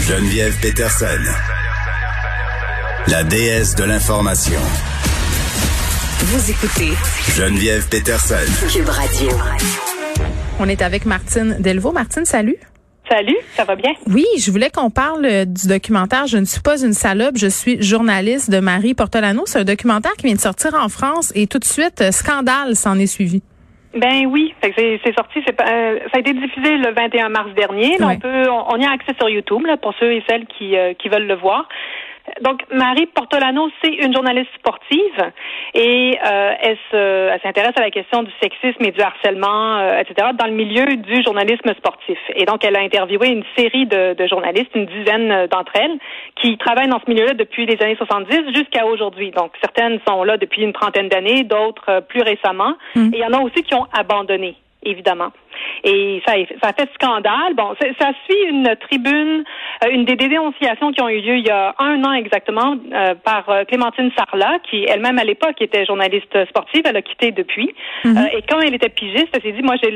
Geneviève Peterson, la déesse de l'information. Vous écoutez Geneviève Peterson, Cube Radio. On est avec Martine Delvaux. Martine, salut. Salut, ça va bien? Oui, je voulais qu'on parle du documentaire « Je ne suis pas une salope, je suis journaliste » de Marie Portolano. C'est un documentaire qui vient de sortir en France et tout de suite, scandale s'en est suivi. Ben oui, c'est sorti, ça a été diffusé le 21 mars dernier. Là, Ouais. on y a accès sur YouTube là, pour ceux et celles qui veulent le voir. Donc, Marie Portolano, c'est une journaliste sportive et elle s'intéresse à la question du sexisme et du harcèlement, etc., dans le milieu du journalisme sportif. Et donc, elle a interviewé une série de journalistes, une dizaine d'entre elles, qui travaillent dans ce milieu-là depuis les années 70 jusqu'à aujourd'hui. Donc, certaines sont là depuis une trentaine d'années, d'autres plus récemment. Et il y en a aussi qui ont abandonné, évidemment. Et ça a fait scandale. Bon, ça suit une tribune, une des dénonciations qui ont eu lieu il y a un an exactement par Clémentine Sarlat, qui elle-même à l'époque était journaliste sportive. Elle a quitté depuis. Et quand elle était pigiste, elle s'est dit, moi j'ai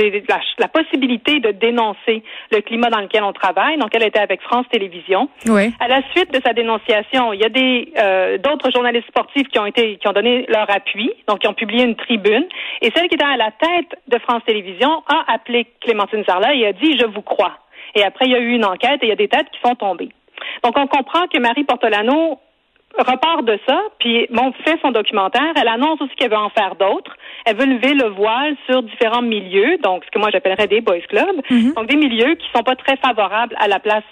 la possibilité de dénoncer le climat dans lequel on travaille. Donc elle était avec France Télévisions. Oui. À la suite de sa dénonciation, il y a d'autres journalistes sportifs qui ont donné leur appui, donc qui ont publié une tribune. Et celle qui était à la tête de France Télévisions a appelé Clémentine Sarlat et a dit « Je vous crois ». Et après, il y a eu une enquête et il y a des têtes qui sont tombées. Donc, on comprend que Marie Portolano repart de ça, puis fait son documentaire. Elle annonce aussi qu'elle veut en faire d'autres. Elle veut lever le voile sur différents milieux, donc ce que moi j'appellerais des boys clubs, donc des milieux qui sont pas très favorables à la place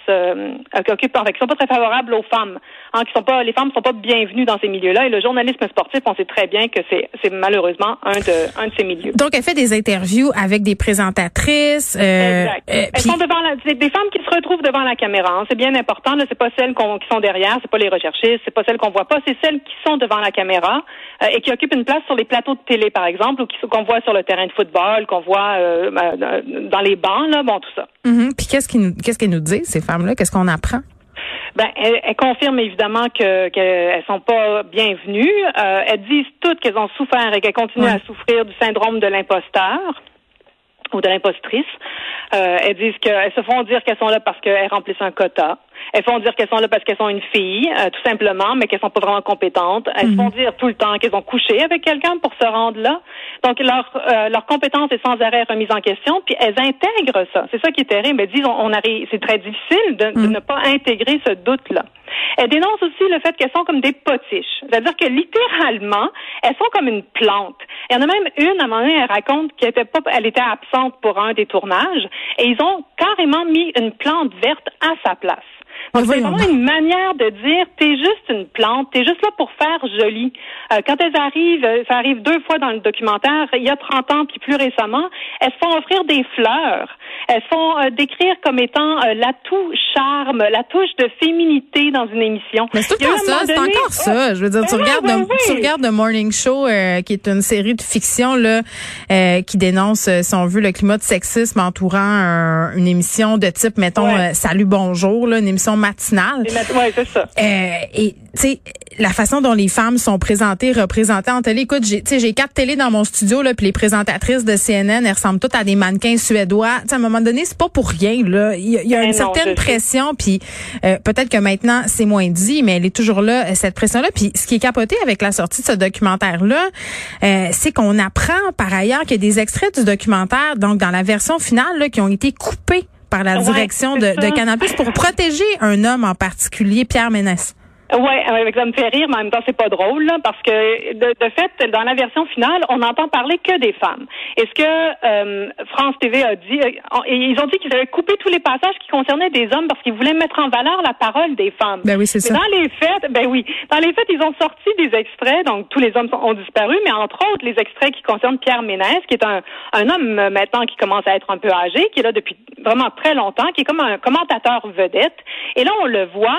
qui sont pas très favorables aux femmes, les femmes sont pas bienvenues dans ces milieux-là. Et le journalisme sportif, on sait très bien que c'est malheureusement un de ces milieux. Donc, elle fait des interviews avec des présentatrices. Exact. Elles sont des femmes qui se retrouvent devant la caméra. Hein. C'est bien important. Là, c'est pas celles qui sont derrière, c'est pas les recherchistes, c'est pas celles qu'on voit pas, c'est celles qui sont devant la caméra et qui occupent une place sur les plateaux de télé, par exemple, ou qu'on voit sur le terrain de football, qu'on voit dans les bancs, là, bon, tout ça. Puis qu'est-ce qu'elles nous disent, ces femmes-là? Qu'est-ce qu'on apprend? Ben, elles confirment évidemment qu'elles sont pas bienvenues. Elles disent toutes qu'elles ont souffert et qu'elles continuent à souffrir du syndrome de l'imposteur ou de l'impostrice. Elles disent qu'elles se font dire qu'elles sont là parce qu'elles remplissent un quota. Elles font dire qu'elles sont là parce qu'elles sont une fille, tout simplement, mais qu'elles sont pas vraiment compétentes. Elles se font dire tout le temps qu'elles ont couché avec quelqu'un pour se rendre là. Donc, leur compétence est sans arrêt remise en question, puis elles intègrent ça. C'est ça qui est terrible. Elles disent, c'est très difficile de ne pas intégrer ce doute-là. Elles dénoncent aussi le fait qu'elles sont comme des potiches. C'est-à-dire que littéralement, elles sont comme une plante. Il y en a même une, à un moment donné, elle raconte elle était absente pour un des tournages, et ils ont carrément mis une plante verte à sa place. Donc, c'est vraiment une manière de dire, t'es juste une plante, t'es juste là pour faire joli. Quand elles arrivent, ça arrive 2 fois dans le documentaire, il y a 30 ans, puis plus récemment, elles se font offrir des fleurs. Elles se font décrire comme étant l'atout charme, la touche de féminité dans une émission. Mais c'est tout le temps ça, c'est encore ça. Je veux dire, tu regardes The Morning Show, qui est une série de fiction là, qui dénonce, si on veut, le climat de sexisme entourant une émission de type, mettons, Salut Bonjour, là, une émission matinale. Oui, c'est ça. Et tu sais, la façon dont les femmes sont représentées en télé. Écoute, j'ai 4 télés dans mon studio là, puis les présentatrices de CNN, elles ressemblent toutes à des mannequins suédois. Tu sais, à un moment donné, c'est pas pour rien là. Il y a une certaine pression, puis peut-être que maintenant c'est moins dit, mais elle est toujours là, cette pression-là. Puis ce qui est capoté avec la sortie de ce documentaire-là, c'est qu'on apprend par ailleurs qu'il y a des extraits du documentaire, donc dans la version finale, là, qui ont été coupés par la direction de Canal+ pour protéger un homme en particulier, Pierre Ménès. Ouais, ça me fait rire, mais en même temps, c'est pas drôle, là, parce que, de fait, dans la version finale, on n'entend parler que des femmes. Et ce que France TV a dit, ils ont dit qu'ils avaient coupé tous les passages qui concernaient des hommes parce qu'ils voulaient mettre en valeur la parole des femmes. Ben oui, c'est ça. Dans les faits, ils ont sorti des extraits, donc tous les hommes ont disparu, mais entre autres, les extraits qui concernent Pierre Ménès, qui est un homme maintenant qui commence à être un peu âgé, qui est là depuis vraiment très longtemps, qui est comme un commentateur vedette. Et là, on le voit,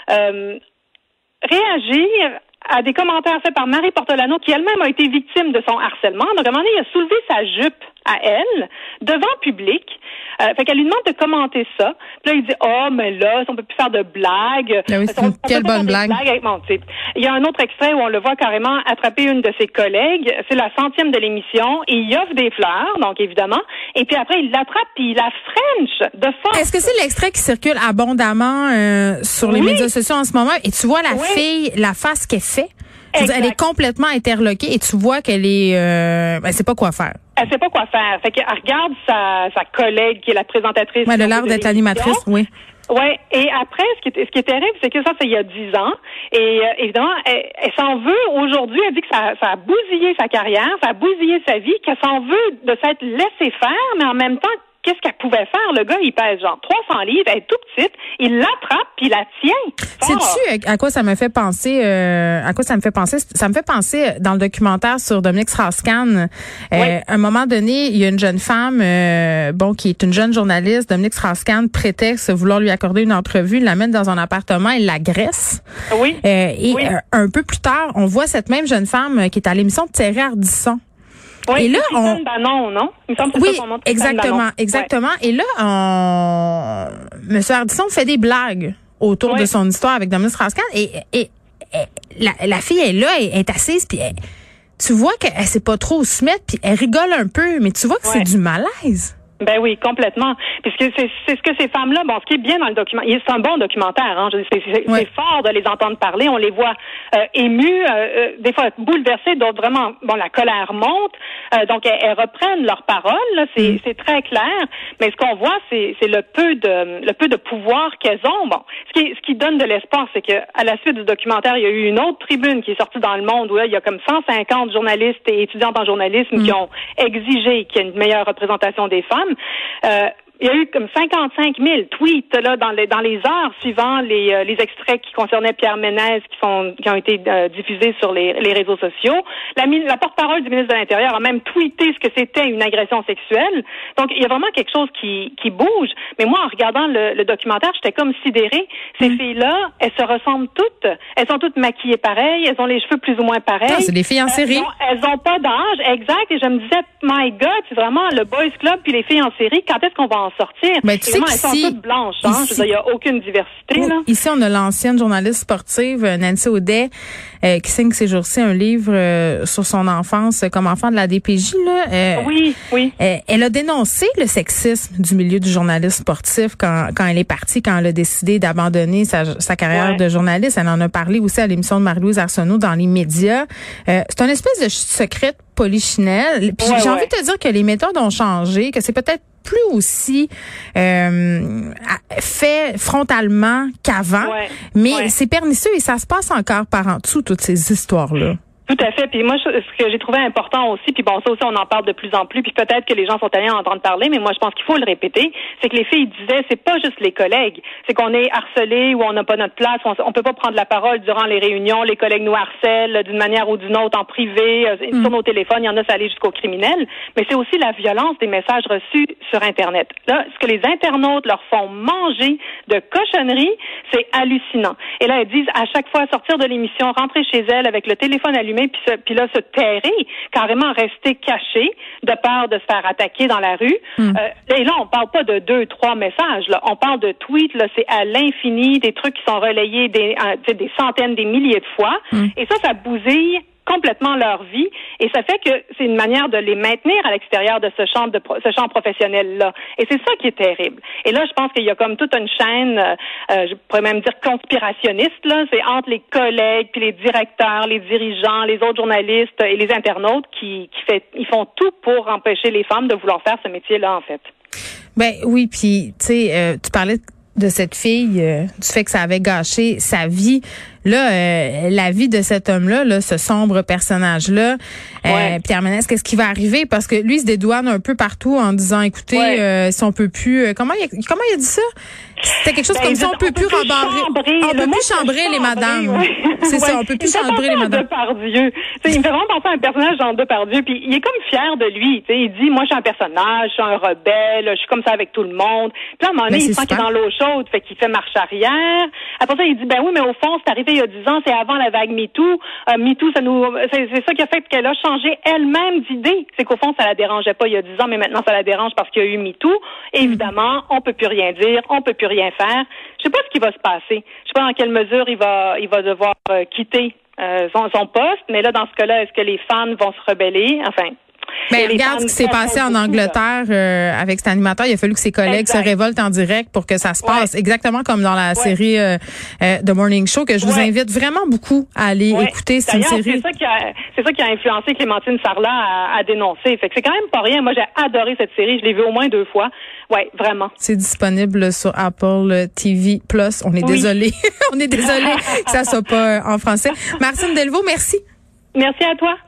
réagir à des commentaires faits par Marie Portolano, qui elle-même a été victime de son harcèlement. Donc, à un moment donné, il a soulevé sa jupe à elle, devant public. Fait qu'elle lui demande de commenter ça. Puis là, il dit, mais là, on peut plus faire de blagues. Ah oui, quelle bonne blague. Il y a un autre extrait où on le voit carrément attraper une de ses collègues. C'est la 100e de l'émission. Et il offre des fleurs, donc évidemment. Et puis après, il l'attrape puis il la French de force. Est-ce que c'est l'extrait qui circule abondamment sur les médias sociaux en ce moment? Et tu vois la fille, la face qu'elle fait? Elle est complètement interloquée et tu vois qu'elle est... elle sait pas quoi faire. Elle sait pas quoi faire. Fait qu'elle regarde sa collègue qui est la présentatrice. Ouais, elle a l'air d'être l'animatrice, oui. Ouais. Et après, ce qui est terrible, c'est que ça, c'est il y a 10 ans. Et évidemment, elle s'en veut aujourd'hui. Elle dit que ça a bousillé sa carrière, ça a bousillé sa vie, qu'elle s'en veut de s'être laissée faire, mais en même temps, qu'est-ce qu'elle pouvait faire? Le gars, il pèse genre 300 livres, elle est tout petite, il l'attrape puis il la tient. Sais-tu à quoi ça me fait penser? Ça me fait penser dans le documentaire sur Dominique Strauss-Kahn. À un moment donné, il y a une jeune femme, qui est une jeune journaliste. Dominique Strauss-Kahn prétexte vouloir lui accorder une entrevue, il l'amène dans un appartement, il l'agresse. Oui. Un peu plus tard, on voit cette même jeune femme qui est à l'émission de Thierry Ardisson. Oui, et là, Bannon, non? Il me semble que c'est son nom, exactement. Et là, Monsieur Ardisson fait des blagues autour de son histoire avec Dominique Strauss-Kahn et la fille est là, elle est assise puis tu vois qu'elle sait pas trop où se mettre puis elle rigole un peu, mais tu vois que c'est du malaise. Ben oui, complètement. Puisque c'est ce que ces femmes-là, ce qui est bien dans le documentaire, c'est un bon documentaire, hein. C'est fort de les entendre parler. On les voit émus, des fois bouleversés, d'autres vraiment, la colère monte. Donc elles reprennent leurs paroles. Là, c'est très clair. Mais ce qu'on voit, c'est le peu de pouvoir qu'elles ont. Bon, ce qui donne de l'espoir, c'est que à la suite du documentaire, il y a eu une autre tribune qui est sortie dans le monde où là, il y a comme 150 journalistes et étudiantes en journalisme qui ont exigé qu'il y ait une meilleure représentation des femmes. Il y a eu comme 55 000 tweets là dans les heures suivant les extraits qui concernaient Pierre Ménez qui ont été diffusés sur les réseaux sociaux. La porte-parole du ministre de l'Intérieur a même tweeté ce que c'était une agression sexuelle. Donc il y a vraiment quelque chose qui bouge. Mais moi, en regardant le documentaire, j'étais comme sidérée. Ces filles-là, elles se ressemblent toutes. Elles sont toutes maquillées pareilles. Elles ont les cheveux plus ou moins pareils. Non, c'est des filles en série. Elles ont pas d'âge, exact. Et je me disais, my God, c'est vraiment le boys club puis les filles en série. Quand est-ce qu'on va en sortir? Mais tu sais elles sont toutes blanches, hein? Je veux dire, il n'y a aucune diversité, là. Ici, on a l'ancienne journaliste sportive, Nancy Audet, qui signe ces jours-ci un livre sur son enfance comme enfant de la DPJ, là. Oui. Elle a dénoncé le sexisme du milieu du journalisme sportif quand elle est partie, quand elle a décidé d'abandonner sa carrière de journaliste. Elle en a parlé aussi à l'émission de Marie-Louise Arsenault dans les médias. C'est une espèce de secret polichinelle. Puis j'ai envie de te dire que les méthodes ont changé, que c'est peut-être plus aussi fait frontalement qu'avant, mais c'est pernicieux et ça se passe encore par en dessous, toutes ces histoires-là. Tout à fait. Puis moi, ce que j'ai trouvé important aussi, puis ça aussi, on en parle de plus en plus, puis peut-être que les gens sont allés en entendre parler, mais moi, je pense qu'il faut le répéter, c'est que les filles disaient, c'est pas juste les collègues, c'est qu'on est harcelés ou on n'a pas notre place, on peut pas prendre la parole durant les réunions, les collègues nous harcèlent d'une manière ou d'une autre en privé, sur nos téléphones, il y en a, ça allait jusqu'au criminel, mais c'est aussi la violence des messages reçus sur Internet. Là, ce que les internautes leur font manger de cochonneries, c'est hallucinant. Et là, elles disent, à chaque fois, sortir de l'émission, rentrer chez elles avec le téléphone allumé, puis là, se terrer, carrément rester caché de peur de se faire attaquer dans la rue. Et là, on parle pas de 2-3 messages. Là. On parle de tweets. Là, c'est à l'infini, des trucs qui sont relayés des centaines, des milliers de fois. Et ça bousille complètement leur vie et ça fait que c'est une manière de les maintenir à l'extérieur de ce champ professionnel-là. Et c'est ça qui est terrible. Et là, je pense qu'il y a comme toute une chaîne, je pourrais même dire conspirationniste, là. C'est entre les collègues, puis les directeurs, les dirigeants, les autres journalistes et les internautes ils font tout pour empêcher les femmes de vouloir faire ce métier-là, en fait. Ben oui, puis tu sais, tu parlais de cette fille, du fait que ça avait gâché sa vie. Là, la vie de cet homme-là, là, ce sombre personnage-là, Pierre Ménez, qu'est-ce qui va arriver? Parce que lui, il se dédouane un peu partout en disant, écoutez, si on peut plus... Comment il a dit ça? C'était quelque chose comme ça, on peut plus chambrer les madames. C'est ça, on peut plus chambrer les madames. Depardieu. Il me fait vraiment penser à un personnage dans Depardieu, puis il est comme fier de lui. Il dit, moi, je suis un personnage, je suis un rebelle, je suis comme ça avec tout le monde. Puis là, à un moment donné, il sent qu'il est dans l'eau chaude, fait qu'il fait marche arrière. Après ça, il dit, ben oui, mais au fond, c'est arrivé il y a 10 ans, c'est avant la vague MeToo. MeToo, c'est ça qui a fait qu'elle a changé elle-même d'idée. C'est qu'au fond, ça la dérangeait pas il y a 10 ans, mais maintenant, ça la dérange parce qu'il y a eu MeToo. Évidemment, on peut plus rien dire, on peut plus rien faire. Je sais pas ce qui va se passer. Je sais pas dans quelle mesure il va devoir quitter son poste, mais là, dans ce cas-là, est-ce que les fans vont se rebeller? Enfin. Mais regarde ce qui s'est passé en Angleterre avec cet animateur. Il a fallu que ses collègues se révoltent en direct pour que ça se passe. Exactement comme dans la série The Morning Show, que je vous invite vraiment beaucoup à aller écouter. C'est une série. C'est ça qui a influencé Clémentine Sarlat à dénoncer. Fait que c'est quand même pas rien. Moi, j'ai adoré cette série. Je l'ai vue au moins 2 fois. Ouais, vraiment. C'est disponible sur Apple TV+. On est désolé. On est désolé que ça soit pas en français. Martine Delvaux, merci. Merci à toi.